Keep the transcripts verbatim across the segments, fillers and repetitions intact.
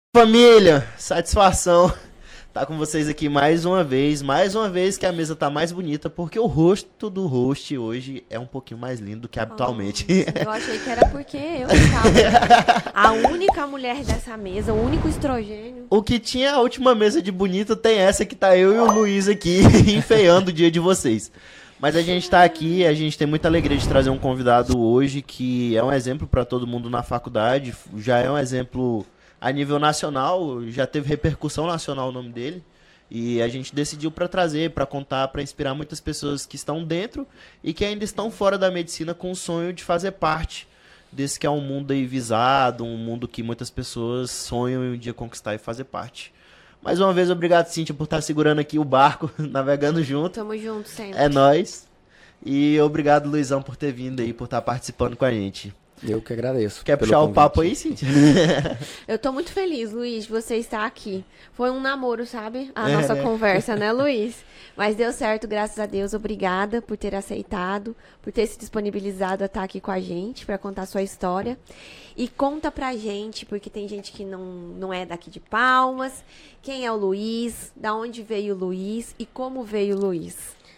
Família, satisfação tá com vocês aqui mais uma vez, mais uma vez que a mesa tá mais bonita, porque o rosto do host hoje é um pouquinho mais lindo do que habitualmente. Oh, eu achei que era porque eu estava a única mulher dessa mesa, o único estrogênio. O que tinha a última mesa de bonito tem essa que tá eu e o Luiz aqui, enfeiando o dia de vocês. Mas a gente tá aqui, a gente tem muita alegria de trazer um convidado hoje que é um exemplo para todo mundo na faculdade, já é um exemplo a nível nacional, já teve repercussão nacional o nome dele, e a gente decidiu para trazer, para contar, para inspirar muitas pessoas que estão dentro e que ainda estão fora da medicina com o sonho de fazer parte desse que é um mundo aí visado, um mundo que muitas pessoas sonham em um dia conquistar e fazer parte. Mais uma vez, obrigado, Cíntia, por estar segurando aqui o barco, navegando junto. Tamo junto sempre. É nóis. E obrigado, Luizão, por ter vindo aí, por estar participando com a gente. Eu que agradeço. Quer puxar o papo aí, Cíntia? Eu tô muito feliz, Luiz, de você estar aqui. Foi um namoro, sabe? A É, nossa né? conversa, né, Luiz? Mas deu certo, graças a Deus. Obrigada por ter aceitado, por ter se disponibilizado a estar aqui com a gente para contar a sua história. E conta pra gente, porque tem gente que não, não é daqui de Palmas. Quem é o Luiz? Da onde veio o Luiz? E como veio o Luiz?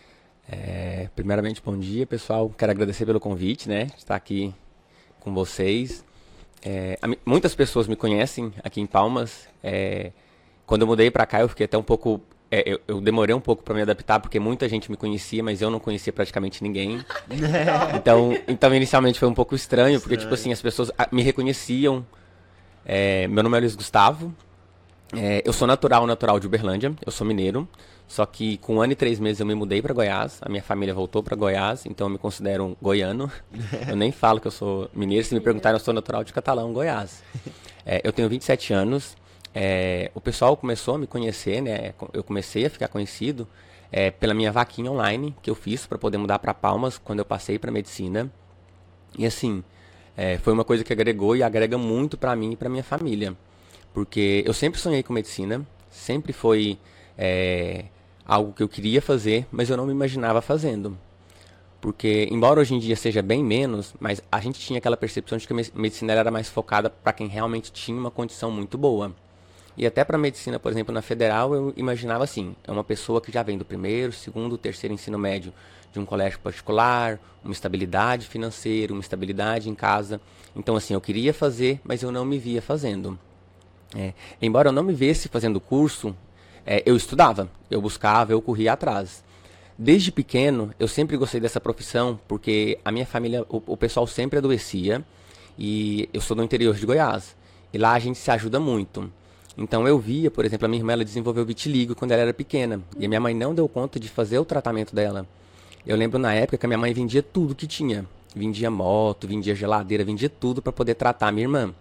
É, primeiramente, bom dia, pessoal. Quero agradecer pelo convite, né? De estar aqui com vocês. É, a, muitas pessoas me conhecem aqui em Palmas. É, quando eu mudei para cá, eu fiquei até um pouco... É, eu, eu demorei um pouco para me adaptar, porque muita gente me conhecia, mas eu não conhecia praticamente ninguém. Então, então inicialmente foi um pouco estranho, porque, tipo assim, as pessoas me reconheciam. É, meu nome é Luiz Gustavo. É, eu sou natural, natural de Uberlândia. Eu sou mineiro. Só que com um ano e três meses eu me mudei para Goiás. A minha família voltou para Goiás, então eu me considero um goiano. Eu nem falo que eu sou mineiro. Se me perguntarem, eu sou natural de Catalão, Goiás. É, eu tenho vinte e sete anos. É, o pessoal começou a me conhecer, né? Eu comecei a ficar conhecido é, pela minha vaquinha online que eu fiz para poder mudar para Palmas quando eu passei para medicina. E assim, é, foi uma coisa que agregou e agrega muito para mim e para minha família. Porque eu sempre sonhei com medicina, sempre foi... É, algo que eu queria fazer, mas eu não me imaginava fazendo. Porque, embora hoje em dia seja bem menos, mas a gente tinha aquela percepção de que a medicina era mais focada para quem realmente tinha uma condição muito boa. E até para a medicina, por exemplo, na federal, eu imaginava assim, é uma pessoa que já vem do primeiro, segundo, terceiro ensino médio de um colégio particular, uma estabilidade financeira, uma estabilidade em casa. Então, assim, eu queria fazer, mas eu não me via fazendo. É, embora eu não me visse fazendo curso, É, eu estudava, eu buscava, eu corria atrás. Desde pequeno, eu sempre gostei dessa profissão, porque a minha família, o, o pessoal sempre adoecia, e eu sou do interior de Goiás, e lá a gente se ajuda muito. Então eu via, por exemplo, a minha irmã ela desenvolveu vitiligo quando ela era pequena, e a minha mãe não deu conta de fazer o tratamento dela. Eu lembro na época que a minha mãe vendia tudo que tinha, vendia moto, vendia geladeira, vendia tudo para poder tratar a minha irmã.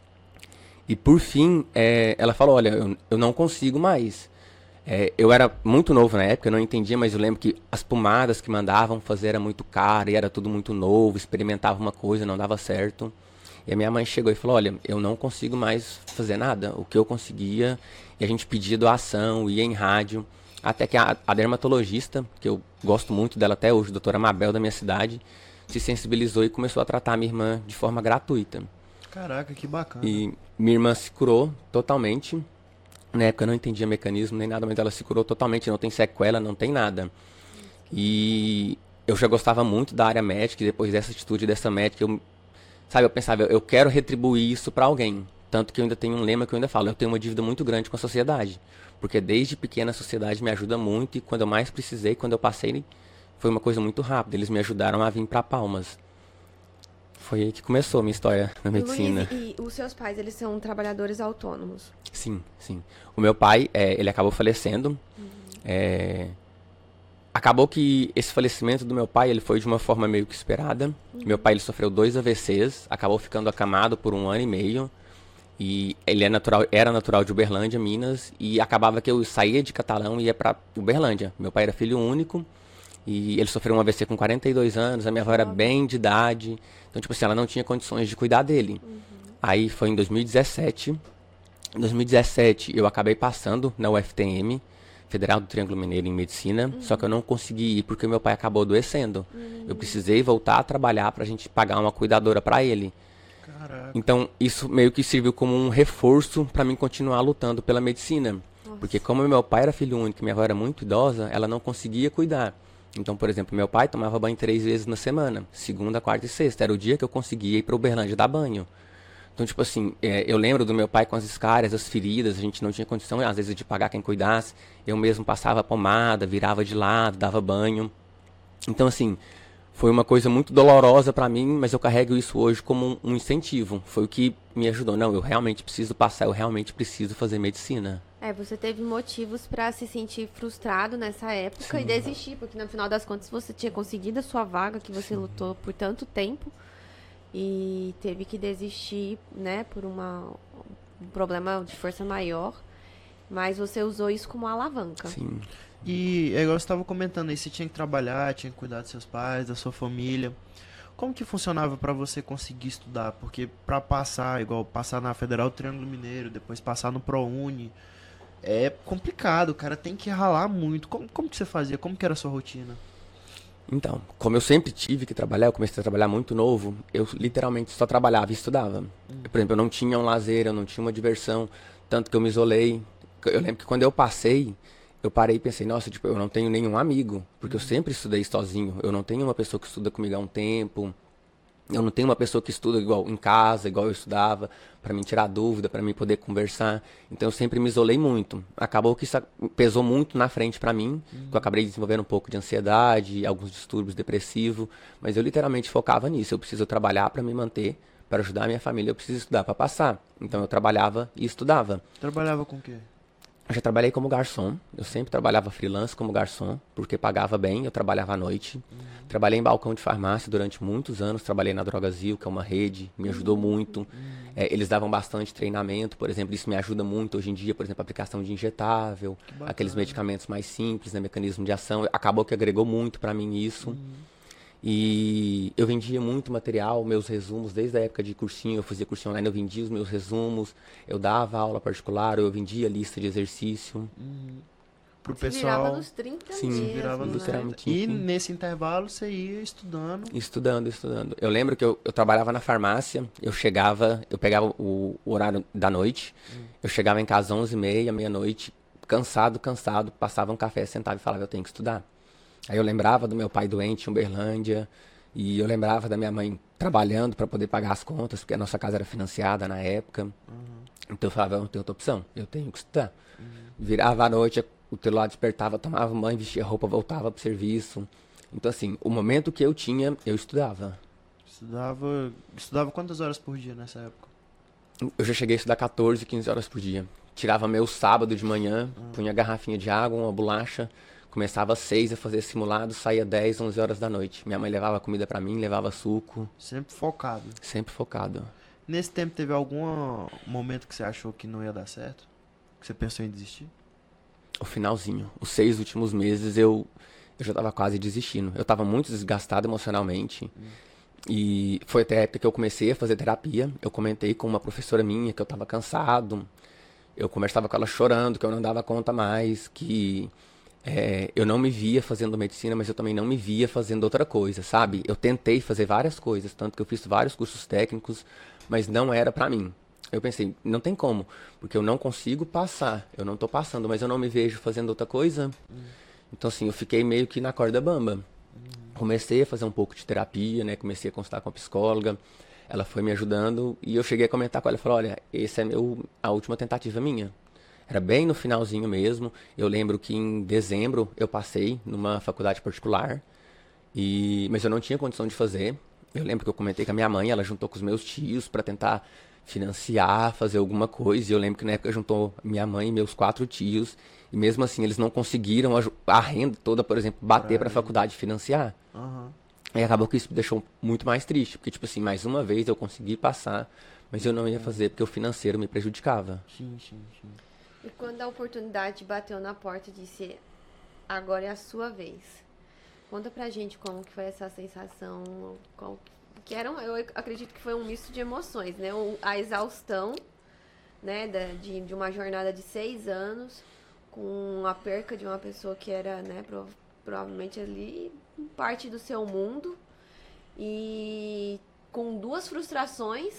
E por fim, é, ela falou, olha, eu, eu não consigo mais. É, eu era muito novo na época, eu não entendia, mas eu lembro que as pomadas que mandavam fazer era muito caro, e era tudo muito novo, experimentava uma coisa, não dava certo. E a minha mãe chegou e falou, olha, eu não consigo mais fazer nada. O que eu conseguia, e a gente pedia doação, ia em rádio, até que a, a dermatologista, que eu gosto muito dela até hoje, a doutora Mabel da minha cidade, se sensibilizou e começou a tratar a minha irmã de forma gratuita. Caraca, que bacana. E minha irmã se curou totalmente. Na época eu não entendia mecanismo nem nada, mas ela se curou totalmente, não tem sequela, não tem nada. E eu já gostava muito da área médica, e depois dessa atitude dessa médica, eu, sabe, eu pensava, eu quero retribuir isso para alguém. Tanto que eu ainda tenho um lema que eu ainda falo, eu tenho uma dívida muito grande com a sociedade. Porque desde pequena a sociedade me ajuda muito, e quando eu mais precisei, quando eu passei, foi uma coisa muito rápida. Eles me ajudaram a vir para Palmas. Foi aí que começou a minha história na medicina. Luiz, e os seus pais, eles são trabalhadores autônomos? Sim, sim. O meu pai, é, ele acabou falecendo. Uhum. É, acabou que esse falecimento do meu pai, ele foi de uma forma meio que esperada. Uhum. Meu pai, ele sofreu dois A V Cs, acabou ficando acamado por um ano e meio. E ele é natural, era natural de Uberlândia, Minas, e acabava que eu saía de Catalão e ia para Uberlândia. Meu pai era filho único. E ele sofreu um A V C com quarenta e dois anos, a minha avó era bem de idade. Então, tipo assim, ela não tinha condições de cuidar dele. Uhum. Aí foi em dois mil e dezessete. Em dois mil e dezessete eu acabei passando na U F T M, Federal do Triângulo Mineiro em Medicina. Uhum. Só que eu não consegui ir porque meu pai acabou adoecendo. Uhum. Eu precisei voltar a trabalhar pra gente pagar uma cuidadora pra ele. Caraca. Então, isso meio que serviu como um reforço para mim continuar lutando pela medicina. Nossa. Porque como meu pai era filho único e minha avó era muito idosa, ela não conseguia cuidar. Então, por exemplo, meu pai tomava banho três vezes na semana, segunda, quarta e sexta. Era o dia que eu conseguia ir para Uberlândia dar banho. Então, tipo assim, é, eu lembro do meu pai com as escárias, as feridas, a gente não tinha condição, às vezes, de pagar quem cuidasse. Eu mesmo passava pomada, virava de lado, dava banho. Então, assim, foi uma coisa muito dolorosa para mim, mas eu carrego isso hoje como um, um incentivo. Foi o que me ajudou. Não, eu realmente preciso passar, eu realmente preciso fazer medicina. É, você teve motivos pra se sentir frustrado nessa época Sim. e desistir, porque no final das contas você tinha conseguido a sua vaga, que você lutou por tanto tempo e teve que desistir, né, por uma, um problema de força maior, mas você usou isso como alavanca. Sim. E é igual você estava comentando aí, você tinha que trabalhar, tinha que cuidar dos seus pais, da sua família. Como que funcionava para você conseguir estudar? Porque para passar, igual passar na Federal Triângulo Mineiro, depois passar no ProUni, é complicado, o cara tem que ralar muito. Como, como que você fazia? Como que era a sua rotina? Então, como eu sempre tive que trabalhar, eu comecei a trabalhar muito novo, eu literalmente só trabalhava e estudava. Hum. Por exemplo, eu não tinha um lazer, eu não tinha uma diversão, tanto que eu me isolei. Eu lembro que quando eu passei, eu parei e pensei, nossa, tipo, eu não tenho nenhum amigo, porque eu sempre estudei sozinho. Eu não tenho uma pessoa que estuda comigo há um tempo. Eu não tenho uma pessoa que estuda igual em casa, igual eu estudava, para mim tirar dúvida, para mim poder conversar. Então eu sempre me isolei muito. Acabou que isso pesou muito na frente para mim, que eu acabei desenvolvendo um pouco de ansiedade, alguns distúrbios depressivos, mas eu literalmente focava nisso. Eu preciso trabalhar para me manter, para ajudar a minha família, eu preciso estudar para passar. Então eu trabalhava e estudava. Trabalhava com o quê? Eu já trabalhei como garçom, eu sempre trabalhava freelance como garçom, porque pagava bem, eu trabalhava à noite. Uhum. Trabalhei em balcão de farmácia durante muitos anos, trabalhei na Drogazil, que é uma rede, me ajudou muito. Uhum. É, eles davam bastante treinamento, por exemplo, isso me ajuda muito hoje em dia, por exemplo, a aplicação de injetável, aqueles medicamentos mais simples, né, mecanismo de ação. Acabou que agregou muito para mim isso. Uhum. E eu vendia muito material, meus resumos, desde a época de cursinho, eu fazia cursinho online, eu vendia os meus resumos, eu dava aula particular, eu vendia lista de exercício. Uhum. Pro você pessoal... virava nos trinta Sim, mesmo, virava nos né? trinta. E nesse intervalo você ia estudando? Estudando, estudando. Eu lembro que eu, eu trabalhava na farmácia, eu chegava, eu pegava o, o horário da noite, hum. eu chegava em casa às onze e meia, meia-noite, cansado, cansado, passava um café, sentava e falava, eu tenho que estudar. Aí eu lembrava do meu pai doente em Uberlândia, e eu lembrava da minha mãe trabalhando para poder pagar as contas, porque a nossa casa era financiada na época. Uhum. Então eu falava, eu não tenho outra opção, eu tenho que estudar. Uhum. Virava à noite, o celular despertava, tomava banho, vestia roupa, voltava pro serviço. Então assim, o momento que eu tinha, eu estudava. Estudava, estudava quantas horas por dia nessa época? Eu já cheguei a estudar quatorze, quinze horas por dia. Tirava meu sábado de manhã, uhum. punha garrafinha de água, uma bolacha. Começava às seis a fazer simulado, saía dez, onze horas da noite. Minha mãe levava comida pra mim, levava suco. Sempre focado. Sempre focado. Nesse tempo teve algum momento que você achou que não ia dar certo? Que você pensou em desistir? O finalzinho. Os seis últimos meses eu, eu já tava quase desistindo. Eu tava muito desgastado emocionalmente. Hum. E foi até a época que eu comecei a fazer terapia. Eu comentei com uma professora minha que eu tava cansado. Eu conversava com ela chorando, que eu não dava conta mais, que... É, eu não me via fazendo medicina, mas eu também não me via fazendo outra coisa, sabe? Eu tentei fazer várias coisas, tanto que eu fiz vários cursos técnicos, mas não era pra mim. Eu pensei, não tem como, porque eu não consigo passar, eu não tô passando, mas eu não me vejo fazendo outra coisa. Uhum. Então, assim, eu fiquei meio que na corda bamba. Uhum. Comecei a fazer um pouco de terapia, né? Comecei a consultar com a psicóloga, ela foi me ajudando e eu cheguei a comentar com ela, falei, olha, essa é meu, a última tentativa minha. Era bem no finalzinho mesmo. Eu lembro que em dezembro eu passei numa faculdade particular, e... mas eu não tinha condição de fazer. Eu lembro que eu comentei com a minha mãe, ela juntou com os meus tios para tentar financiar, fazer alguma coisa. E eu lembro que na época juntou minha mãe e meus quatro tios, e mesmo assim eles não conseguiram a, a renda toda, por exemplo, bater para a faculdade financiar. Uhum. E acabou que isso me deixou muito mais triste, porque tipo assim, mais uma vez eu consegui passar, mas eu não ia fazer porque o financeiro me prejudicava. Sim, sim, sim. E quando a oportunidade bateu na porta e disse, agora é a sua vez. Conta pra gente como que foi essa sensação, qual, que era, um, eu acredito que foi um misto de emoções, né? A exaustão, né, da, de, de uma jornada de seis anos, com a perca de uma pessoa que era, né, pro, provavelmente ali parte do seu mundo, e com duas frustrações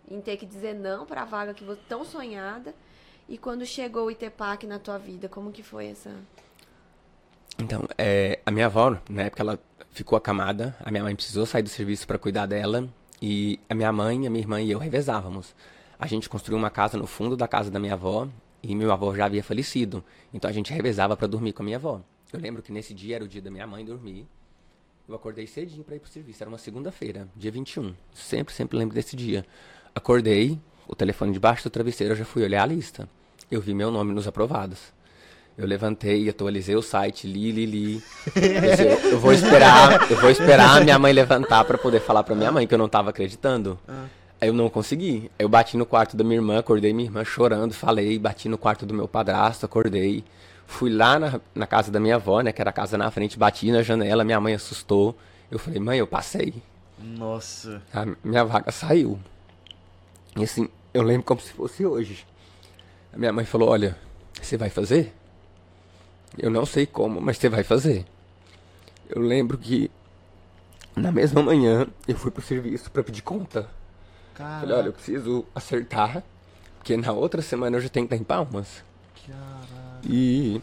em ter que dizer não para a vaga que você tão sonhada. E quando chegou o Itepac na tua vida, como que foi essa? Então, é, a minha avó, na época, ela ficou acamada. A minha mãe precisou sair do serviço para cuidar dela. E a minha mãe, a minha irmã e eu revezávamos. A gente construiu uma casa no fundo da casa da minha avó. E meu avô já havia falecido. Então a gente revezava para dormir com a minha avó. Eu lembro que nesse dia era o dia da minha mãe dormir. Eu acordei cedinho para ir pro serviço. Era uma segunda-feira, dia vinte e um. Sempre, sempre lembro desse dia. Acordei, o telefone debaixo do travesseiro, eu já fui olhar a lista. Eu vi meu nome nos aprovados. Eu levantei, atualizei o site, li, li, li. Eu, eu vou esperar, eu vou esperar a minha mãe levantar para poder falar para minha mãe que eu não tava acreditando. Aí eu não consegui. Aí eu bati no quarto da minha irmã, acordei minha irmã chorando, falei, bati no quarto do meu padrasto, acordei. Fui lá na, na casa da minha avó, né, que era a casa na frente, bati na janela, minha mãe assustou. Eu falei, mãe, eu passei. Nossa. A minha vaga saiu. E assim, eu lembro como se fosse hoje. A minha mãe falou, olha, você vai fazer? Eu não sei como, mas você vai fazer. Eu lembro que na mesma manhã eu fui pro serviço pra pedir conta. Caraca. Falei, olha, eu preciso acertar, porque na outra semana eu já tenho que estar em Palmas. Caraca. E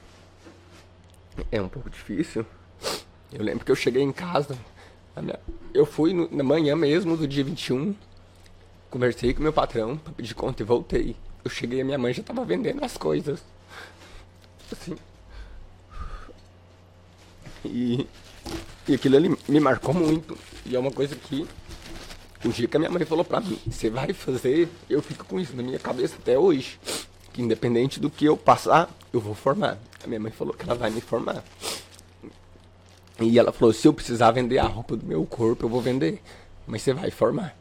é um pouco difícil. Eu lembro que eu cheguei em casa, a minha... eu fui no... na manhã mesmo do dia vinte e um, conversei com meu patrão pra pedir conta e voltei. Eu cheguei e a minha mãe já tava vendendo as coisas. Assim. E, e aquilo ali me marcou muito. E é uma coisa que o dia que a minha mãe falou pra mim, você vai fazer, eu fico com isso na minha cabeça até hoje. Que independente do que eu passar, eu vou formar. A minha mãe falou que ela vai me formar. E ela falou, se eu precisar vender a roupa do meu corpo, eu vou vender. Mas você vai formar.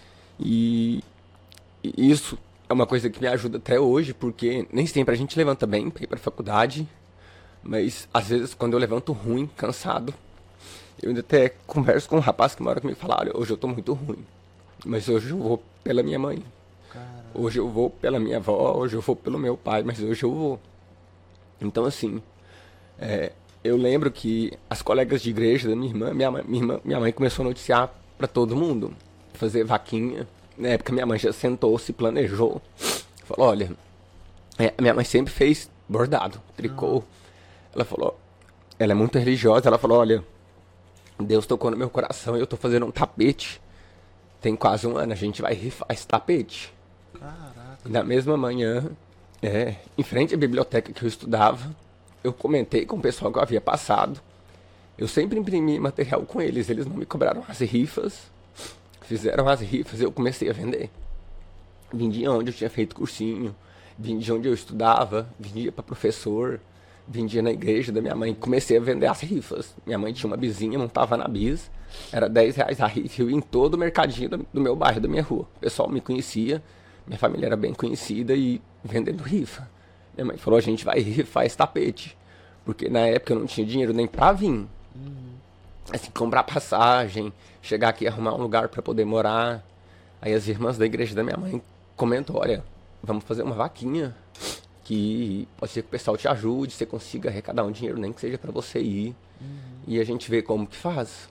E, e isso é uma coisa que me ajuda até hoje, porque nem sempre a gente levanta bem pra ir pra faculdade. Mas às vezes quando eu levanto ruim, cansado, eu ainda até converso com um rapaz que mora comigo e fala, olha, hoje eu tô muito ruim. Mas hoje eu vou pela minha mãe. Caramba. Hoje eu vou pela minha avó, hoje eu vou pelo meu pai, mas hoje eu vou. Então assim, é, eu lembro que as colegas de igreja da minha irmã, minha, minha, irmã, minha mãe começou a noticiar pra todo mundo, fazer vaquinha. Na época minha mãe já sentou, se planejou. Falou, olha, é, minha mãe sempre fez bordado, tricô. Uhum. Ela falou, ela é muito religiosa, ela falou, olha, Deus tocou no meu coração e eu tô fazendo um tapete. Tem quase um ano, a gente vai rifar esse tapete. Caraca. E na mesma manhã, é, em frente à biblioteca que eu estudava, eu comentei com o pessoal que eu havia passado. Eu sempre imprimi material com eles, eles não me cobraram as rifas. Fizeram as rifas e eu comecei a vender. Vendia onde eu tinha feito cursinho, vendia onde eu estudava, vendia para professor, vendia na igreja da minha mãe. Comecei a vender as rifas. Minha mãe tinha uma bizinha, montava na bis, era dez reais a rifa. Eu ia em todo o mercadinho do meu bairro, da minha rua. O pessoal me conhecia, minha família era bem conhecida e vendendo rifa. Minha mãe falou, a gente vai rifar esse tapete. Porque na época eu não tinha dinheiro nem pra vir. Uhum. Assim, comprar passagem, chegar aqui e arrumar um lugar para poder morar. Aí as irmãs da igreja da minha mãe comentou, olha, vamos fazer uma vaquinha que pode ser que o pessoal te ajude, você consiga arrecadar um dinheiro, nem que seja para você ir. Uhum. E a gente vê como que faz.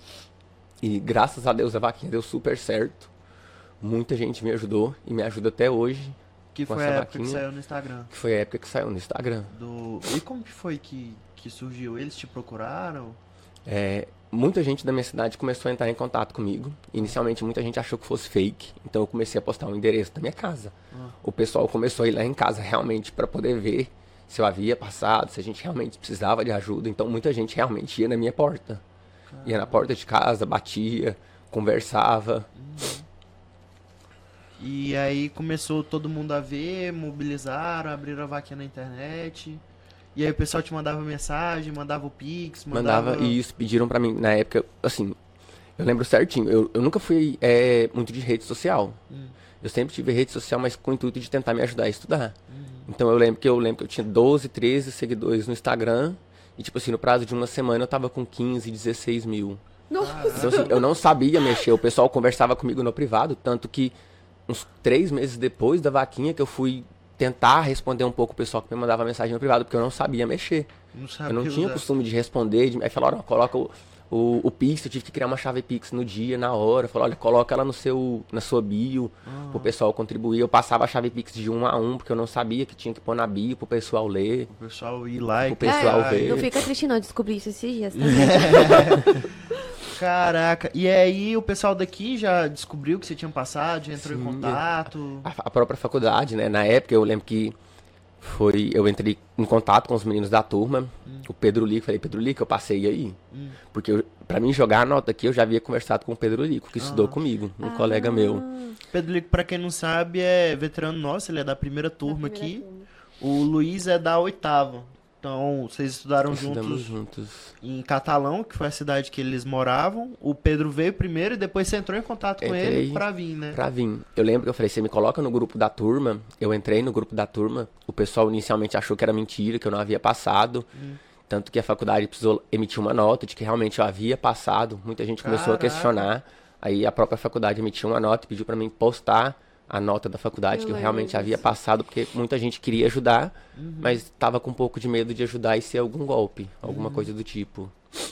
E graças a Deus a vaquinha deu super certo. Muita gente me ajudou e me ajuda até hoje. Que foi a época que saiu no Instagram. Que foi a época que saiu no Instagram. Do... E como que foi que, que surgiu? Eles te procuraram? É, muita gente da minha cidade começou a entrar em contato comigo. Inicialmente muita gente achou que fosse fake, então eu comecei a postar o endereço da minha casa. Ah. O pessoal começou a ir lá em casa realmente para poder ver se eu havia passado, se a gente realmente precisava de ajuda. Então muita gente realmente ia na minha porta. Caramba. Ia na porta de casa, batia, conversava. Uhum. E aí começou todo mundo a ver, mobilizaram, abriram a vaquinha na internet. E aí o pessoal te mandava mensagem, mandava o Pix, mandava... Mandava isso, pediram pra mim, na época, assim, eu lembro certinho, eu, eu nunca fui é, muito de rede social. Hum. Eu sempre tive rede social, mas com o intuito de tentar me ajudar a estudar. Uhum. Então eu lembro que eu lembro que eu tinha doze, treze seguidores no Instagram, e tipo assim, no prazo de uma semana eu tava com quinze, dezesseis mil. Nossa! Então assim, eu não sabia mexer, o pessoal conversava comigo no privado, tanto que uns três meses depois da vaquinha que eu fui tentar responder um pouco o pessoal que me mandava mensagem no privado, porque eu não sabia mexer. Não sabia eu não tinha usar. costume de responder, de... aí falaram, coloca o, O, o Pix, eu tive que criar uma chave Pix no dia, na hora. Falei, olha, coloca ela no seu, na sua bio, uhum. pro pessoal contribuir. Eu passava a chave Pix de um a um, porque eu não sabia que tinha que pôr na bio pro pessoal ler. O pessoal ir lá e... O pessoal é, ver. Não fica triste não, descobri isso esses dias também. Caraca, e aí o pessoal daqui já descobriu que você tinha passado, já entrou Sim, em contato? A, a própria faculdade, né? Na época eu lembro que foi, eu entrei em contato com os meninos da turma, hum. o Pedro Lico, falei, Pedro Lico, eu passei aí. Hum. Porque eu, pra mim jogar a nota aqui, eu já havia conversado com o Pedro Lico, que ah. estudou comigo, um ah. colega meu. Pedro Lico, pra quem não sabe, é veterano nosso, ele é da primeira turma da primeira aqui. Turma. O Luiz é da oitava. Então, vocês estudaram juntos, juntos em Catalão, que foi a cidade que eles moravam. O Pedro veio primeiro e depois você entrou em contato com entrei ele pra vir, né? Pra vir. Eu lembro que eu falei, você me coloca no grupo da turma. Eu entrei no grupo da turma. O pessoal inicialmente achou que era mentira, que eu não havia passado. Hum. Tanto que a faculdade precisou emitir uma nota de que realmente eu havia passado. Muita gente começou Caraca. a questionar. Aí a própria faculdade emitiu uma nota e pediu pra mim postar a nota da faculdade, eu que eu realmente disso. havia passado, porque muita gente queria ajudar, uhum. mas estava com um pouco de medo de ajudar e ser algum golpe, alguma uhum. coisa do tipo.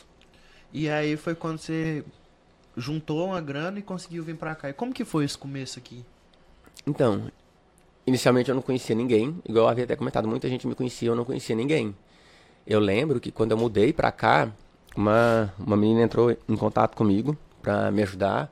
E aí foi quando você juntou uma grana e conseguiu vir pra cá. E como que foi esse começo aqui? Então, inicialmente eu não conhecia ninguém, igual eu havia até comentado, muita gente me conhecia, eu não conhecia ninguém. Eu lembro que quando eu mudei pra cá, uma, uma menina entrou em contato comigo pra me ajudar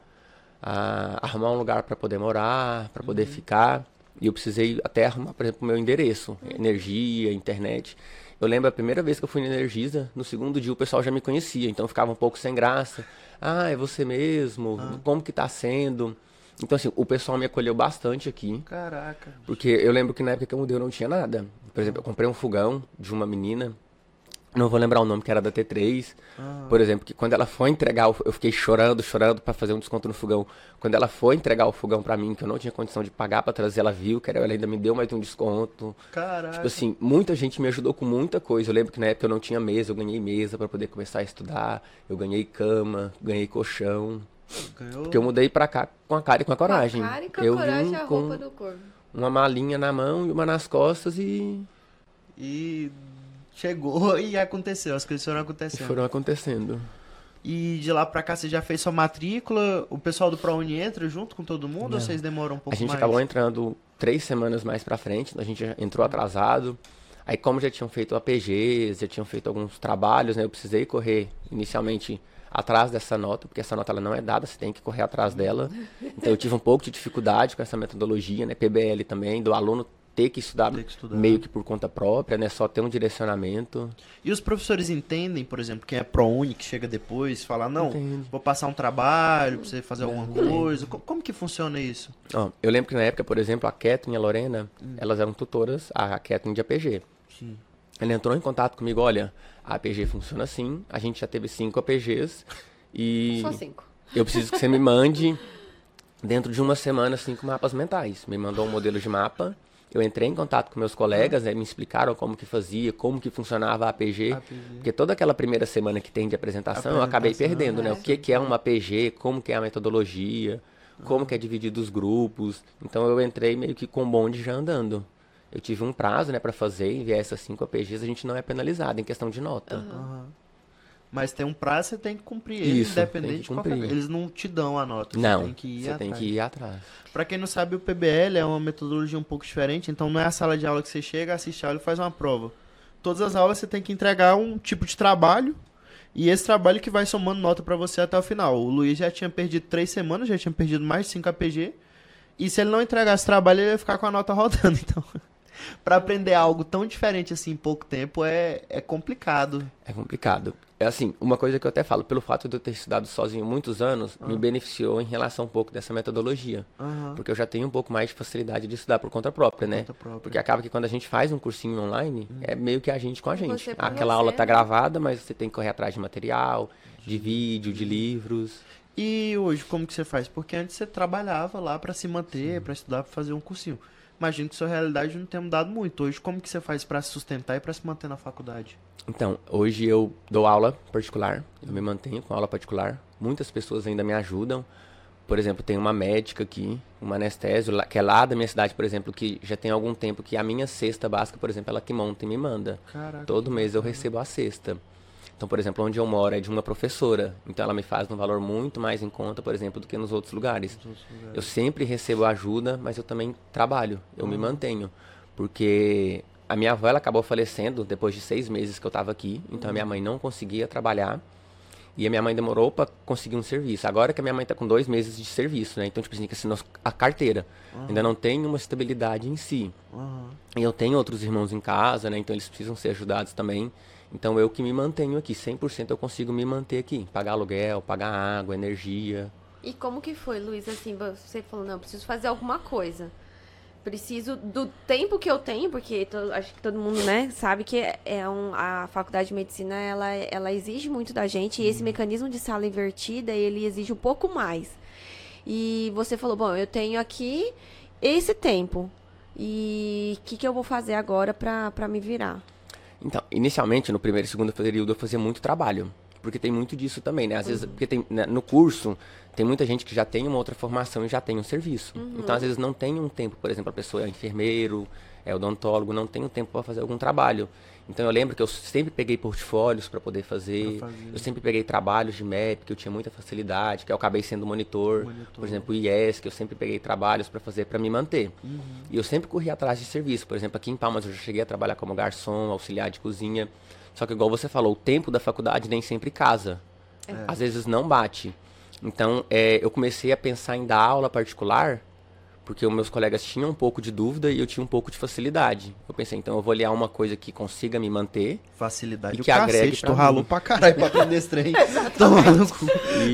a arrumar um lugar para poder morar, para poder uhum. ficar. E eu precisei até arrumar, por exemplo, o meu endereço, uhum. energia, internet. Eu lembro a primeira vez que eu fui na Energisa, no segundo dia o pessoal já me conhecia, então eu ficava um pouco sem graça. Ah, é você mesmo? Ah. Como que tá sendo? Então, assim, o pessoal me acolheu bastante aqui. Caraca. Porque eu lembro que na época que eu mudei eu não tinha nada. Por exemplo, eu comprei um fogão de uma menina, não vou lembrar o nome, que era da T três. Ah. Por exemplo, que quando ela foi entregar, o, eu fiquei chorando, chorando pra fazer um desconto no fogão. Quando ela foi entregar o fogão pra mim, que eu não tinha condição de pagar pra trazer, ela viu, que ela ainda me deu mais um desconto. Caraca. Tipo assim, muita gente me ajudou com muita coisa. Eu lembro que na época eu não tinha mesa, eu ganhei mesa pra poder começar a estudar. Eu ganhei cama, ganhei colchão. Ganhou? Porque eu mudei pra cá com a cara e com a coragem. Com a cara e com a eu coragem vim a com roupa do corpo. Uma malinha na mão e uma nas costas e... E... Chegou e aconteceu, as coisas foram acontecendo. Foram acontecendo. E de lá pra cá você já fez sua matrícula? O pessoal do ProUni entra junto com todo mundo? Não. Ou vocês demoram um pouco mais? A gente mais? acabou entrando três semanas mais pra frente, a gente já entrou atrasado. Aí como já tinham feito A P Gs, já tinham feito alguns trabalhos, né? Eu precisei correr inicialmente atrás dessa nota, porque essa nota ela não é dada, você tem que correr atrás dela. Então eu tive um pouco de dificuldade com essa metodologia, né? P B L também, do aluno ter que estudar, ter que estudar meio que por conta própria, né? Só ter um direcionamento. E os professores entendem, por exemplo, quem é ProUni, que chega depois, fala, não, Entendo. vou passar um trabalho pra você fazer alguma Entendo. coisa. Como, como que funciona isso? Ó, eu lembro que na época, por exemplo, a Kathleen e a Lorena, hum. elas eram tutoras, a Kathleen de A P G. Sim. Ela entrou em contato comigo, olha, a A P G funciona assim, a gente já teve cinco A P Gs e... Só cinco. Eu preciso que você me mande, dentro de uma semana, cinco mapas mentais. Me mandou um modelo de mapa. Eu entrei em contato com meus colegas, né, me explicaram como que fazia, como que funcionava a A P G, A P G. Porque toda aquela primeira semana que tem de apresentação, apresentação eu acabei perdendo, é, né? O que, que é uma A P G, como que é a metodologia, uhum. como que é dividido os grupos. Então eu entrei meio que com o bonde já andando. Eu tive um prazo, né, para fazer, enviar essas cinco A P Gs, a gente não é penalizado em questão de nota. Uhum. Uhum. Mas tem um prazo, você tem que cumprir ele, Isso, independente de qualquer coisa. Eles não te dão a nota, não, você tem que ir você atrás. tem que ir atrás. Pra quem não sabe, o P B L é uma metodologia um pouco diferente, então não é a sala de aula que você chega, assiste a aula e faz uma prova. Todas as aulas você tem que entregar um tipo de trabalho, e esse trabalho que vai somando nota pra você até o final. O Luiz já tinha perdido três semanas, já tinha perdido mais de cinco A P G, e se ele não entregasse trabalho, ele ia ficar com a nota rodando, então... Pra aprender algo tão diferente assim em pouco tempo é, é complicado. É complicado. É assim, uma coisa que eu até falo, pelo fato de eu ter estudado sozinho muitos anos, uhum. me beneficiou em relação um pouco dessa metodologia. Uhum. Porque eu já tenho um pouco mais de facilidade de estudar por conta própria, por né? Conta própria. Porque acaba que quando a gente faz um cursinho online, uhum. é meio que a gente com a gente. Você Aquela você, aula tá né? gravada, mas você tem que correr atrás de material, de vídeo, de livros. E hoje, como que você faz? Porque antes você trabalhava lá pra se manter, pra estudar, pra fazer um cursinho. Imagino que sua realidade não tenha mudado muito. Hoje, como que você faz para se sustentar e para se manter na faculdade? Então, hoje eu dou aula particular, eu me mantenho com aula particular. Muitas pessoas ainda me ajudam. Por exemplo, tem uma médica aqui, uma anestésio, que é lá da minha cidade, por exemplo, que já tem algum tempo que a minha cesta básica, por exemplo, ela que monta e me manda. Caraca, todo mês eu recebo a cesta. Então, por exemplo, onde eu moro é de uma professora. Então, ela me faz um valor muito mais em conta, por exemplo, do que nos outros lugares. Nos outros lugares. Eu sempre recebo ajuda, mas eu também trabalho. Eu uhum. me mantenho. Porque a minha avó, ela acabou falecendo depois de seis meses que eu estava aqui. Então, uhum. a minha mãe não conseguia trabalhar. E a minha mãe demorou para conseguir um serviço. Agora que a minha mãe está com dois meses de serviço, né? Então, tipo assim, que assinou a carteira. Uhum. Ainda não tem uma estabilidade em si. Uhum. E eu tenho outros irmãos em casa, né? Então, eles precisam ser ajudados também. Então, eu que me mantenho aqui. cem por cento eu consigo me manter aqui. Pagar aluguel, pagar água, energia. E como que foi, Luiz? Assim, você falou, não, preciso fazer alguma coisa. Preciso do tempo que eu tenho, porque to, acho que todo mundo, né, sabe que é um, a faculdade de medicina, ela, ela exige muito da gente, e esse mecanismo de sala invertida, ele exige um pouco mais. E você falou, bom, eu tenho aqui esse tempo, e o que, que eu vou fazer agora pra, pra me virar? Então, inicialmente, no primeiro e segundo período, eu fazia muito trabalho. Porque tem muito disso também, né? Às uhum. vezes, porque tem, né, no curso, tem muita gente que já tem uma outra formação e já tem um serviço. Uhum. Então, às vezes, não tem um tempo, por exemplo, a pessoa é enfermeiro, é odontólogo, não tem um tempo para fazer algum trabalho. Então, eu lembro que eu sempre peguei portfólios para poder fazer, fazer, eu sempre peguei trabalhos de M E P, que eu tinha muita facilidade, que eu acabei sendo monitor. monitor. Por exemplo, o I E S, que eu sempre peguei trabalhos para fazer, para me manter. Uhum. E eu sempre corri atrás de serviço. Por exemplo, aqui em Palmas, eu já cheguei a trabalhar como garçom, auxiliar de cozinha. Só que, igual você falou, o tempo da faculdade nem sempre casa. É. Às vezes não bate. Então, é, eu comecei a pensar em dar aula particular, porque os meus colegas tinham um pouco de dúvida e eu tinha um pouco de facilidade. Eu pensei, então eu vou olhar uma coisa que consiga me manter. Facilidade. E que agregue pra tu ralou pra caralho pra aprender esse trem. Toma no cu.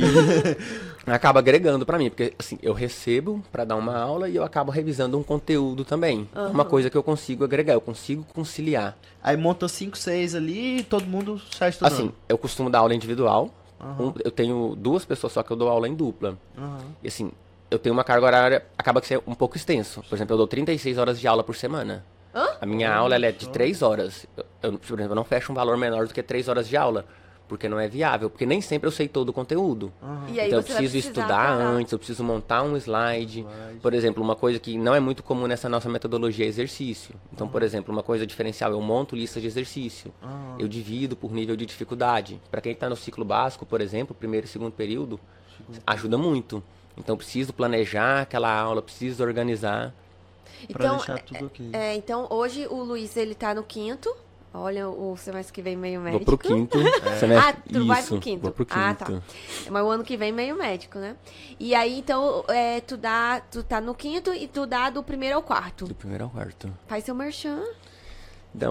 E acaba agregando pra mim, porque assim, eu recebo pra dar uma aula e eu acabo revisando um conteúdo também. Uhum. Uma coisa que eu consigo agregar, eu consigo conciliar. Aí monta cinco, seis ali e todo mundo sai estudando. Assim, eu costumo dar aula individual. Uhum. Um, eu tenho duas pessoas só que eu dou aula em dupla. Uhum. E assim, eu tenho uma carga horária, acaba que ser um pouco extenso. Por exemplo, eu dou trinta e seis horas de aula por semana. Hã? A minha aula ela é de três horas. Eu, eu, por exemplo, eu não fecho um valor menor do que três horas de aula. Porque não é viável. Porque nem sempre eu sei todo o conteúdo. Uhum. E aí então eu você preciso estudar parar. antes, eu preciso montar um slide. slide. Por exemplo, uma coisa que não é muito comum nessa nossa metodologia é exercício. Então, uhum. por exemplo, uma coisa diferencial, eu monto lista de exercício. Uhum. Eu divido por nível de dificuldade. Para quem está no ciclo básico, por exemplo, primeiro e segundo período, segundo ajuda período. muito. Então, eu preciso planejar aquela aula, preciso organizar. Então, deixar tudo okay. é, então hoje o Luiz, ele tá no quinto. Olha, o semestre que vem meio médico. Vou pro quinto. É. Semestre... Ah, tu Isso, vai pro quinto. Vou pro quinto. Ah, tá. Mas o ano que vem meio médico, né? E aí, então, é, tu, dá, tu tá no quinto e tu dá do primeiro ao quarto. Do primeiro ao quarto. Faz seu merchan. Não,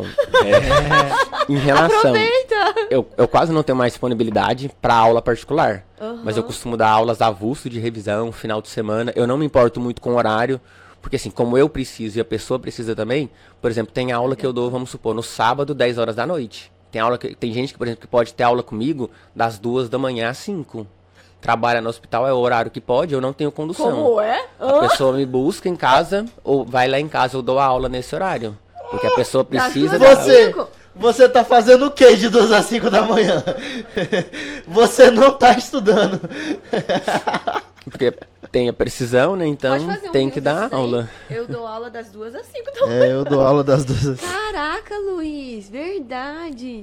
é, em relação... Aproveita! Eu, eu quase não tenho mais disponibilidade para aula particular. Uhum. Mas eu costumo dar aulas avulso de revisão, final de semana. Eu não me importo muito com o horário. Porque assim, como eu preciso e a pessoa precisa também, por exemplo, tem aula que eu dou, vamos supor, no sábado, dez horas da noite. Tem aula que tem gente que, por exemplo, que pode ter aula comigo das duas da manhã às cinco. Trabalha no hospital, é o horário que pode, eu não tenho condução. Como é? A pessoa me busca em casa, ou vai lá em casa, eu dou a aula nesse horário. Porque a pessoa precisa... Você, você tá fazendo o que de duas às cinco da manhã? Você não tá estudando. Porque tem a precisão, né? Então um tem que dar aula. Eu dou aula das duas às cinco da manhã. É, eu dou aula das duas. Caraca, Luiz, verdade.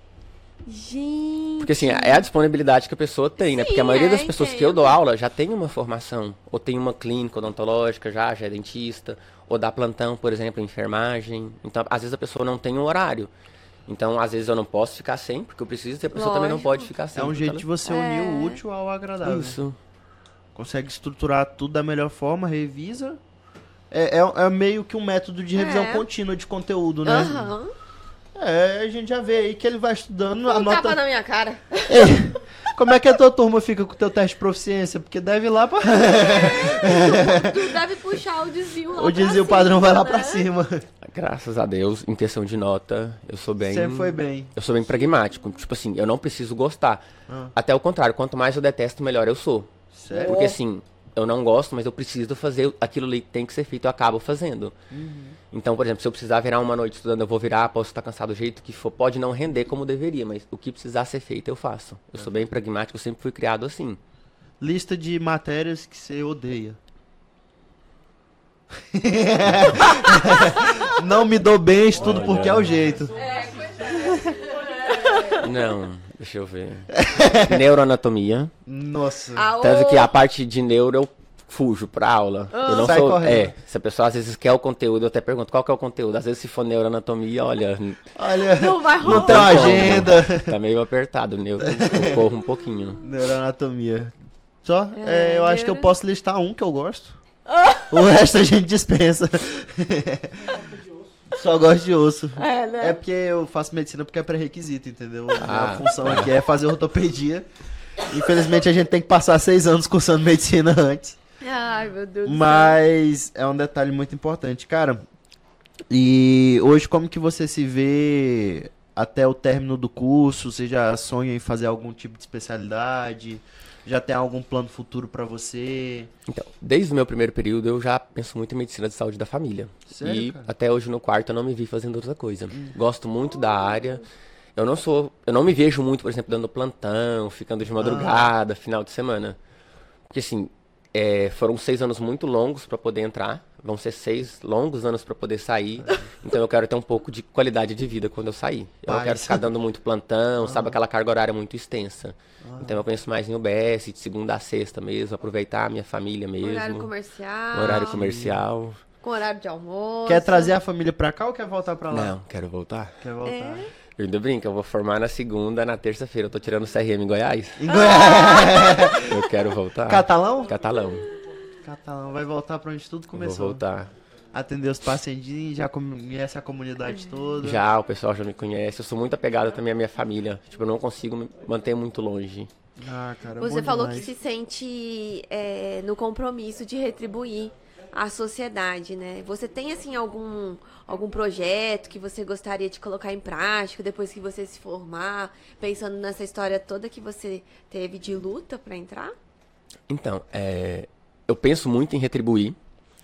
Gente. Porque assim, é a disponibilidade que a pessoa tem, né? Sim, Porque a maioria é, das pessoas entendo. que eu dou aula já tem uma formação. Ou tem uma clínica odontológica já, já é dentista. Ou dá plantão, por exemplo, enfermagem. Então, às vezes a pessoa não tem um horário. Então, às vezes eu não posso ficar sem, porque eu preciso, e a pessoa Lógico. também não pode ficar sem. É um jeito ela... de você unir é. o útil ao agradável. Isso. Consegue estruturar tudo da melhor forma, revisa. É, é, é meio que um método de revisão é. contínua de conteúdo, né? Aham. Uhum. É, a gente já vê aí que ele vai estudando. Um anota... tapa na minha cara. É. Como é que a tua turma fica com o teu teste de proficiência? Porque deve ir lá pra... É, tu, tu deve puxar o desvio lá O desvio cima, padrão vai lá né? pra cima. Graças a Deus, em questão de nota, eu sou bem... Sempre foi bem. Eu sou bem pragmático. Tipo assim, eu não preciso gostar. Ah. Até o contrário, quanto mais eu detesto, melhor eu sou. Sério? Porque assim, eu não gosto, mas eu preciso fazer aquilo ali que tem que ser feito, eu acabo fazendo. Uhum. Então, por exemplo, se eu precisar virar uma noite estudando, eu vou virar, posso estar cansado do jeito que for. Pode não render como deveria, mas o que precisar ser feito, eu faço. Eu é. sou bem pragmático, eu sempre fui criado assim. Lista de matérias que você odeia. Não me dou bem, estudo Olha. porque é o jeito. Não, Deixa eu ver. Neuroanatomia. Nossa. Ah, Tanto ô, que a parte de neuro eu fujo pra aula. Eu não Sai sou. correndo. É, se a pessoa às vezes quer o conteúdo, eu até pergunto qual que é o conteúdo. Às vezes se for neuroanatomia, olha, Olha, Não vai rolar. não tem uma tem como. agenda. Tá meio apertado, neuro. Eu corro um pouquinho. Neuroanatomia. Só? É, É, eu acho que eu neuro- posso listar um que eu gosto. O resto a gente dispensa. Só gosto de osso. É, né? É porque eu faço medicina porque é pré-requisito, entendeu? Ah. A função aqui é fazer ortopedia. Infelizmente a gente tem que passar seis anos cursando medicina antes. Ai, meu Deus do céu. Mas é um detalhe muito importante, cara. E hoje como que você se vê até o término do curso? Você já sonha em fazer algum tipo de especialidade? Já tem algum plano futuro pra você? Então, desde o meu primeiro período, eu já penso muito em medicina de saúde da família. Sério, e cara? até hoje no quarto eu não me vi fazendo outra coisa. Gosto muito da área. Eu não sou, eu não me vejo muito, por exemplo, dando plantão, ficando de madrugada, final de semana. Porque assim, é, foram seis anos muito longos para poder entrar. Vão ser seis longos anos para poder sair. Então eu quero ter um pouco de qualidade de vida quando eu sair. Eu não Paz. quero ficar dando muito plantão, sabe, aquela carga horária muito extensa. Então eu penso mais em U B S, de segunda a sexta mesmo, aproveitar a minha família mesmo. Horário comercial. Horário comercial. Com horário de almoço. Quer trazer a família pra cá ou quer voltar pra lá? Não, quero voltar. Quer voltar? É. Eu ainda brinco, eu vou formar na segunda, na terça-feira. Eu tô tirando C R M em Goiás. Em Goiás. Eu quero voltar. Catalão? Catalão. Catalão. Vai voltar pra onde tudo Eu começou. vou voltar. Atender os pacientinhos, já conhece a comunidade toda. Já, o pessoal já me conhece. Eu sou muito apegado também à minha família. Tipo, eu não consigo me manter muito longe. Ah, cara, Você bom falou demais. que se sente é, no compromisso de retribuir à sociedade, né? Você tem, assim, algum, algum projeto que você gostaria de colocar em prática depois que você se formar, pensando nessa história toda que você teve de luta pra entrar? Então, é, eu penso muito em retribuir.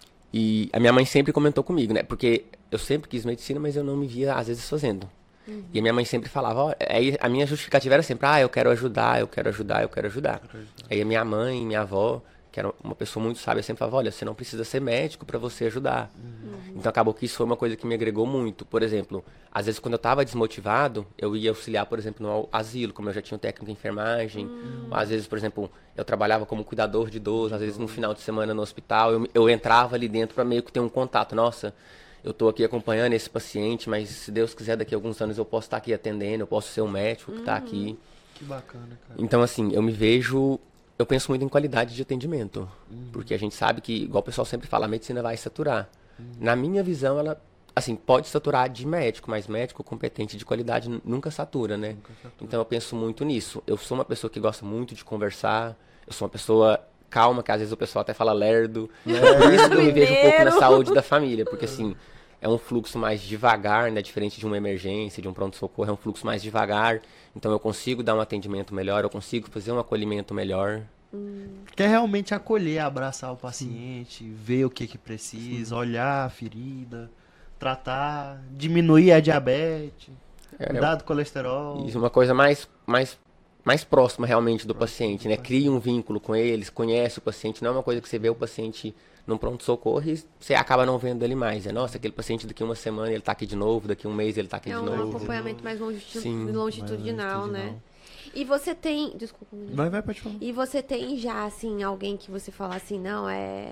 E a minha mãe sempre comentou comigo, né? Porque eu sempre quis medicina, mas eu não me via, às vezes, fazendo. Uhum. E a minha mãe sempre falava, ó, aí a minha justificativa era sempre, ah, eu quero ajudar, eu quero ajudar, eu quero ajudar. Quero ajudar. Aí a minha mãe, minha avó, que era uma pessoa muito sábia, sempre falava, olha, você não precisa ser médico pra você ajudar. Uhum. Então acabou que isso foi uma coisa que me agregou muito. Por exemplo, às vezes quando eu tava desmotivado, eu ia auxiliar, por exemplo, no asilo, como eu já tinha um técnico em enfermagem. Uhum. Às vezes, por exemplo, eu trabalhava como cuidador de idoso, às vezes no final de semana no hospital, eu, eu entrava ali dentro pra meio que ter um contato. Nossa, eu tô aqui acompanhando esse paciente, mas se Deus quiser, daqui a alguns anos eu posso estar aqui atendendo, eu posso ser um médico que tá Uhum. aqui. Que bacana, cara. Então, assim, eu me vejo... Eu penso muito em qualidade de atendimento. Uhum. Porque a gente sabe que, igual o pessoal sempre fala, a medicina vai saturar. Uhum. Na minha visão, ela, assim, pode saturar de médico, mas médico competente de qualidade n- nunca satura, né? Nunca satura. Então eu penso muito nisso. Eu sou uma pessoa que gosta muito de conversar. Eu sou uma pessoa calma, que às vezes o pessoal até fala lerdo. Por isso que eu me vejo um pouco na Mineiro. saúde da família. Porque, assim, é um fluxo mais devagar, né? Diferente de uma emergência, de um pronto-socorro. É um fluxo mais devagar. Então eu consigo dar um atendimento melhor, eu consigo fazer um acolhimento melhor. Quer realmente acolher, abraçar o paciente, ver o que que precisa, olhar a ferida, tratar, diminuir a diabetes, É, cuidar do colesterol. Isso, uma coisa mais, mais, mais próxima realmente do paciente, né? Cria um vínculo com eles, conhece o paciente, não é uma coisa que você vê o paciente num pronto-socorro e você acaba não vendo ele mais. É, nossa, aquele paciente daqui uma semana ele tá aqui de novo, daqui um mês ele tá aqui É de um novo. acompanhamento mais longitu- Sim. longitudinal, Mais né? longitudinal. E você tem... Desculpa, menina. Vai, vai, pode falar. E você tem já, assim, alguém que você fala assim, não, é...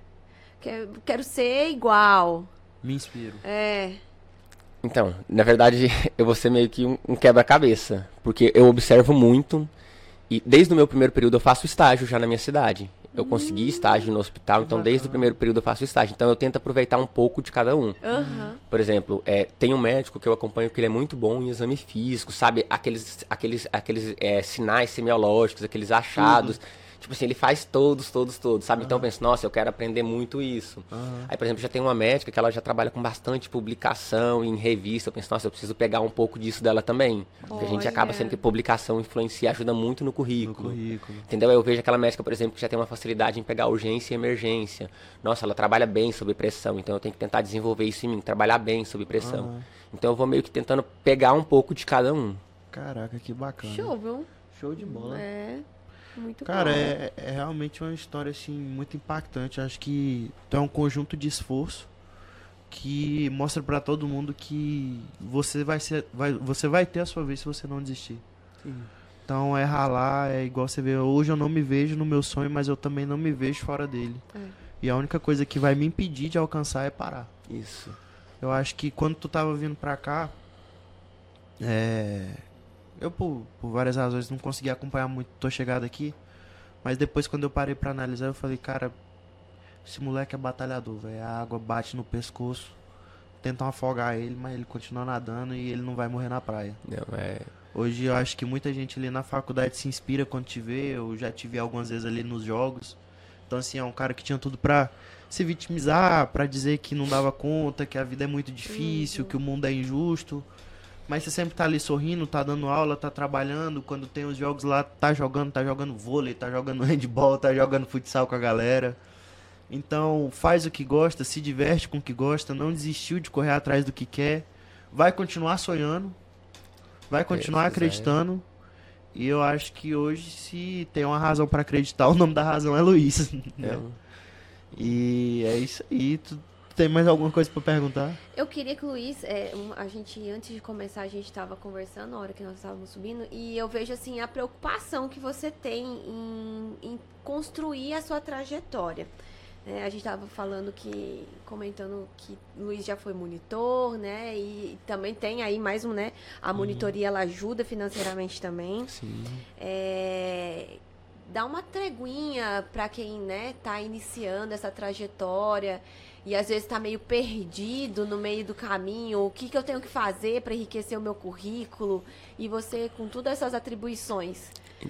Quero, quero ser igual. Me inspiro. É... Então, na verdade, eu vou ser meio que um, um quebra-cabeça, porque eu observo muito e desde o meu primeiro período eu faço estágio já na minha cidade. Eu consegui estágio no hospital, então desde o primeiro período eu faço estágio. Então eu tento aproveitar um pouco de cada um. Aham. Por exemplo, é, tem um médico que eu acompanho que ele é muito bom em exame físico, sabe? Aqueles, aqueles, aqueles é, sinais semiológicos, aqueles achados. Tipo assim, ele faz todos, todos, todos, sabe? Então eu penso, nossa, eu quero aprender muito isso. Aham. Aí, por exemplo, já tem uma médica que ela já trabalha com bastante publicação em revista. Eu penso, nossa, eu preciso pegar um pouco disso dela também. Porque a gente acaba Olha. sendo que publicação influencia, ajuda muito no No currículo. currículo. Entendeu? Eu vejo aquela médica, por exemplo, que já tem uma facilidade em pegar urgência e emergência. Nossa, ela trabalha bem sob pressão, então eu tenho que tentar desenvolver isso em mim, trabalhar bem sob pressão. Aham. Então eu vou meio que tentando pegar um pouco de cada um. Caraca, que bacana. Show, viu? Show de bola. É... Muito Cara, bom. é, é realmente uma história assim muito impactante. Acho que é um conjunto de esforço que mostra pra todo mundo que você vai ser, vai, você vai ter a sua vez se você não desistir. Sim. Então é ralar, é igual você vê, hoje eu não me vejo no meu sonho, mas eu também não me vejo fora dele. É. E a única coisa que vai me impedir de alcançar é parar. Isso. Eu acho que quando tu tava vindo pra cá, é... eu por, por várias razões não consegui acompanhar muito tua chegada aqui, mas depois quando eu parei pra analisar, eu falei, cara, esse moleque é batalhador, velho. A água bate no pescoço, tentam afogar ele, mas ele continua nadando e ele não vai morrer na praia. Não, é... Hoje eu acho que muita gente ali na faculdade se inspira quando te vê, eu já te vi algumas vezes ali nos jogos. Então assim, é um cara que tinha tudo pra se vitimizar, pra dizer que não dava conta, que a vida é muito difícil, uhum. que o mundo é injusto. Mas você sempre tá ali sorrindo, tá dando aula, tá trabalhando, quando tem os jogos lá, tá jogando, tá jogando vôlei, tá jogando handball, tá jogando futsal com a galera. Então faz o que gosta, se diverte com o que gosta, não desistiu de correr atrás do que quer, vai continuar sonhando. Vai continuar acreditando. E eu acho que hoje, se tem uma razão pra acreditar, o nome da razão é Luiz. Né? É. E é isso aí. Tu tem mais alguma coisa pra perguntar? Eu queria que o Luiz, é, a gente, antes de começar, a gente tava conversando na hora que nós estávamos subindo, e eu vejo assim a preocupação que você tem em, em construir a sua trajetória. É, a gente estava falando que, comentando que o Luiz já foi monitor, né? E também tem aí mais um, né? A monitoria, ela ajuda financeiramente também. Sim. É, dá uma treguinha para quem, né, tá iniciando essa trajetória e às vezes tá meio perdido no meio do caminho. O que, que eu tenho que fazer para enriquecer o meu currículo? E você, com todas essas atribuições?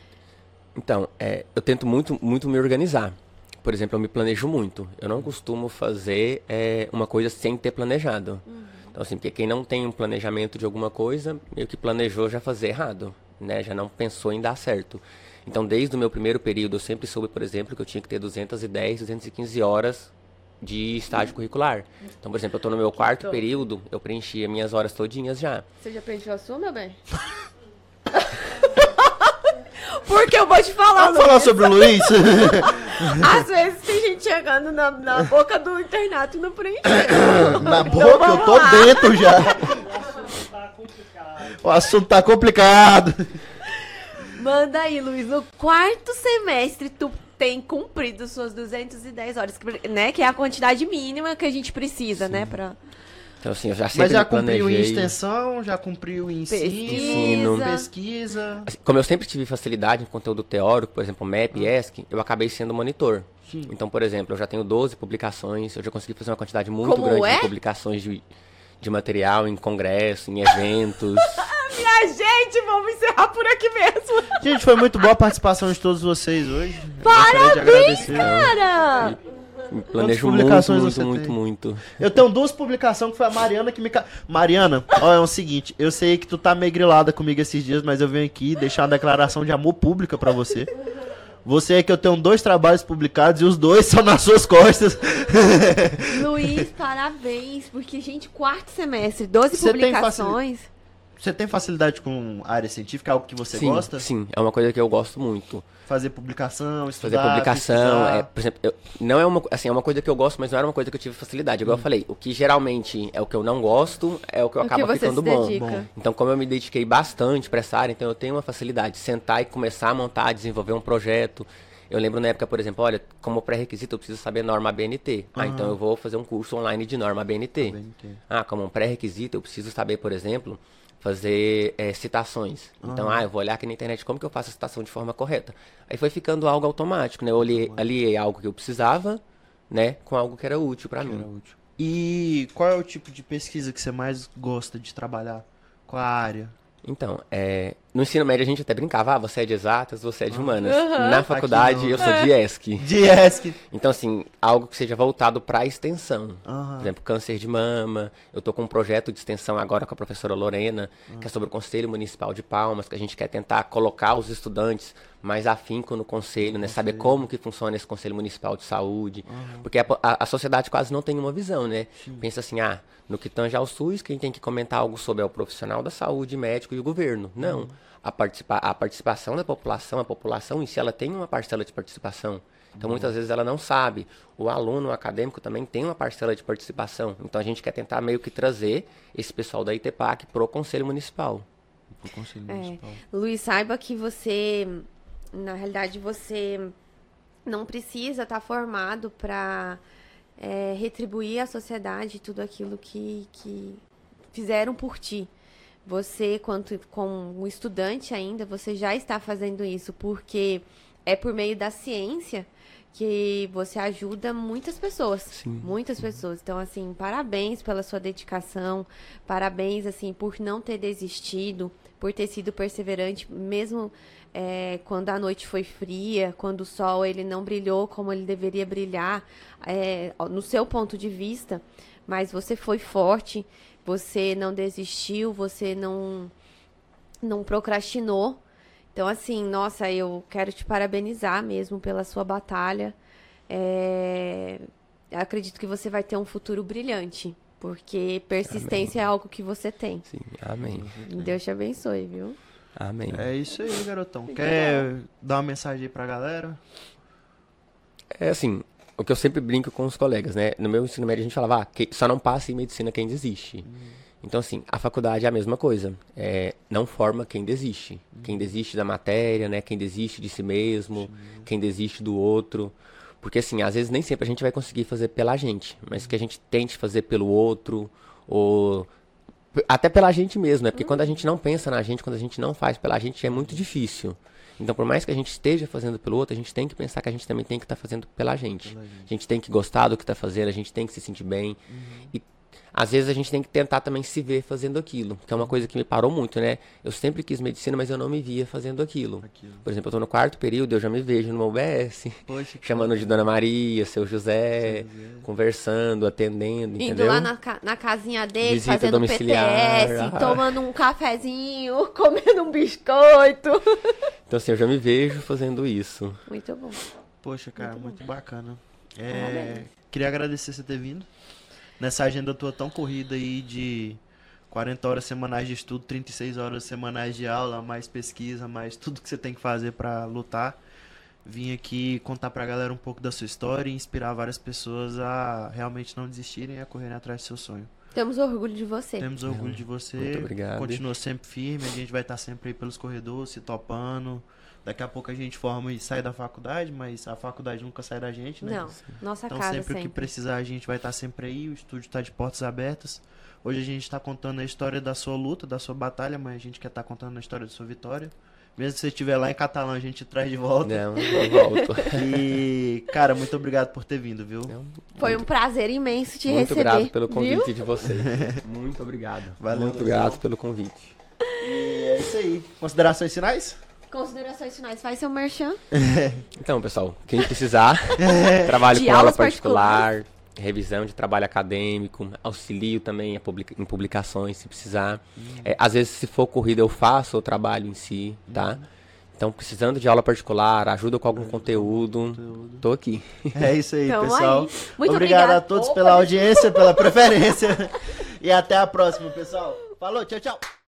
Então, é, eu tento muito, muito me organizar. Por exemplo, eu me planejo muito. Eu não costumo fazer é, uma coisa sem ter planejado. Uhum. Então, assim, porque quem não tem um planejamento de alguma coisa, meio que planejou já fazer errado, né? Já não pensou em dar certo. Então, desde o meu primeiro período, eu sempre soube, por exemplo, que eu tinha que ter duzentas e dez, duzentas e quinze horas de estágio curricular. Então, por exemplo, eu estou no meu quarto período, eu preenchi as minhas horas todinhas já. Você já preencheu a sua, meu bem? Porque eu vou te falar, Vamos falar sobre o Luiz? Às vezes tem gente chegando na, na boca do internato e não preencheu. Na boca? Eu tô lá. Dentro já. O assunto tá complicado. Manda aí, Luiz. No quarto semestre, tu tem cumprido suas duzentas e dez horas, né? Que é a quantidade mínima que a gente precisa, Sim. né? Pra... Então, assim, eu já sempre Mas já planejei... cumpriu em extensão, já cumpriu em ensino, pesquisa. pesquisa. Assim, como eu sempre tive facilidade em conteúdo teórico, por exemplo, M E P e E S C, eu acabei sendo monitor. Sim. Então, por exemplo, eu já tenho doze publicações, eu já consegui fazer uma quantidade muito Como grande é? de publicações de, de material em congresso, em eventos. Minha gente, vamos encerrar por aqui mesmo. Gente, foi muito boa a participação de todos vocês hoje. Parabéns, cara! Me planejo muito, muito, muito, muito. Eu tenho duas publicações que foi a Mariana que me... Mariana, ó, é o seguinte, eu sei que tu tá meio grilada comigo esses dias, mas eu venho aqui deixar uma declaração de amor pública pra você. Você é que eu tenho dois trabalhos publicados e os dois são nas suas costas. Luiz, parabéns, porque, gente, quarto semestre, doze você publicações... Tem Você tem facilidade com área científica, algo que você sim, gosta? Sim, é uma coisa que eu gosto muito. Fazer publicação, estudar, Fazer publicação, pesquisar. é, por exemplo, eu, não é uma, assim, é uma coisa que eu gosto, mas não era uma coisa que eu tive facilidade. Igual hum. eu falei, o que geralmente é o que eu não gosto, é o que eu o acabo que ficando bom. bom. Então, como eu me dediquei bastante para essa área, então eu tenho uma facilidade de sentar e começar a montar, desenvolver um projeto. Eu lembro na época, por exemplo, olha, como pré-requisito eu preciso saber norma A B N T. Uhum. Ah, então eu vou fazer um curso online de norma A B N T. A B N T. Ah, como um pré-requisito eu preciso saber, por exemplo... fazer é, citações. Uhum. Então, ah, eu vou olhar aqui na internet como que eu faço a citação de forma correta. Aí foi ficando algo automático, né? Eu aliei, aliei algo que eu precisava, né? Com algo que era útil para mim. Era útil. E qual é o tipo de pesquisa que você mais gosta de trabalhar? Qual a área? Então, é, no ensino médio a gente até brincava, ah, você é de exatas, você é de humanas. Uhum. Na faculdade eu sou de E S C. De E S C. Então, assim, algo que seja voltado para a extensão. Uhum. Por exemplo, câncer de mama. Eu tô com um projeto de extensão agora com a professora Lorena, uhum. que é sobre o Conselho Municipal de Palmas, que a gente quer tentar colocar os estudantes mais afinco no conselho, né? Saber como que funciona esse Conselho Municipal de Saúde. Uhum. Porque a, a, a sociedade quase não tem uma visão, né? Sim. Pensa assim, ah, no que tange ao SUS, quem tem que comentar algo sobre é o profissional da saúde, médico e o governo. Não. Uhum. A, participa a participação da população, a população em si, ela tem uma parcela de participação. Então, uhum. muitas vezes ela não sabe. O aluno, o acadêmico também tem uma parcela de participação. Então, a gente quer tentar meio que trazer esse pessoal da I T P A C pro Conselho Municipal. O Conselho É. Municipal. Luiz, saiba que você, na realidade, você não precisa estar formado para é, retribuir à sociedade tudo aquilo que, que fizeram por ti. Você, quanto como um estudante ainda, você já está fazendo isso, porque é por meio da ciência que você ajuda muitas pessoas. Sim. Muitas pessoas. Então, assim, parabéns pela sua dedicação, parabéns, assim, por não ter desistido, por ter sido perseverante, mesmo é, quando a noite foi fria, quando o sol ele não brilhou como ele deveria brilhar, é, no seu ponto de vista, mas você foi forte, você não desistiu, você não, não procrastinou. Então, assim, nossa, eu quero te parabenizar mesmo pela sua batalha. É, eu acredito que você vai ter um futuro brilhante, porque persistência Amém. é algo que você tem. Sim, amém. Deus te abençoe, viu? Amém. É isso aí, garotão. Quer dar uma mensagem aí pra galera? É assim, o que eu sempre brinco com os colegas, né? No meu ensino médio a gente falava, ah, que só não passa em medicina quem desiste. Hum. Então, assim, a faculdade é a mesma coisa. É, não forma quem desiste. Hum. Quem desiste da matéria, né? Quem desiste de si mesmo, Sim. quem desiste do outro. Porque, assim, às vezes nem sempre a gente vai conseguir fazer pela gente, mas hum. que a gente tente fazer pelo outro, ou até pela gente mesmo, né? Porque hum. quando a gente não pensa na gente, quando a gente não faz pela gente, é muito difícil. Então, por mais que a gente esteja fazendo pelo outro, a gente tem que pensar que a gente também tem que estar tá fazendo pela gente. pela gente. A gente tem que gostar do que está fazendo, a gente tem que se sentir bem. Uhum. E às vezes a gente tem que tentar também se ver fazendo aquilo, que é uma coisa que me parou muito, né? Eu sempre quis medicina, mas eu não me via fazendo aquilo. aquilo. Por exemplo, eu tô no quarto período, eu já me vejo numa U B S, Poxa, chamando de Dona Maria, seu José, seu José, conversando, atendendo, Indo entendeu? lá na, ca- na casinha dele, Visita fazendo domiciliar, P T S, ah. tomando um cafezinho, comendo um biscoito. Então assim, eu já me vejo fazendo isso. Muito bom. Poxa, cara, muito, muito bacana. É, queria agradecer você ter vindo. Nessa agenda tua tão corrida aí de quarenta horas semanais de estudo, trinta e seis horas semanais de aula, mais pesquisa, mais tudo que você tem que fazer pra lutar. Vim aqui contar pra galera um pouco da sua história e inspirar várias pessoas a realmente não desistirem e a correrem atrás do seu sonho. Temos orgulho de você. Temos orgulho de você. Muito obrigado. Continua sempre firme, a gente vai estar sempre aí pelos corredores, se topando. Daqui a pouco a gente forma e sai da faculdade, mas a faculdade nunca sai da gente, né? Não, nossa então, casa sempre. Então sempre que precisar a gente vai estar sempre aí, o estúdio está de portas abertas. Hoje a gente está contando a história da sua luta, da sua batalha, mas a gente quer estar contando a história da sua vitória. Mesmo se você estiver lá em Catalão, a gente traz de volta. Não, eu volto. E, cara, muito obrigado por ter vindo, viu? Não, Foi muito, um prazer imenso te muito receber. Muito grato pelo convite viu? de vocês. Muito obrigado. Valeu. Muito grato pelo convite. E é isso aí. Considerações finais? Considerações finais. Faz seu merchan. Então, pessoal, quem precisar, trabalho De com aula aulas particular, revisão de trabalho acadêmico, auxilio também a publica- em publicações, se precisar. Hum. É, às vezes, se for corrida, eu faço o trabalho em si, tá? Hum. Então, precisando de aula particular, ajuda com algum conteúdo, tô aqui. É isso aí, Tamo pessoal. Aí. Muito obrigado obrigada. a todos Opa, pela audiência, pela preferência. E até a próxima, pessoal. Falou, tchau, tchau.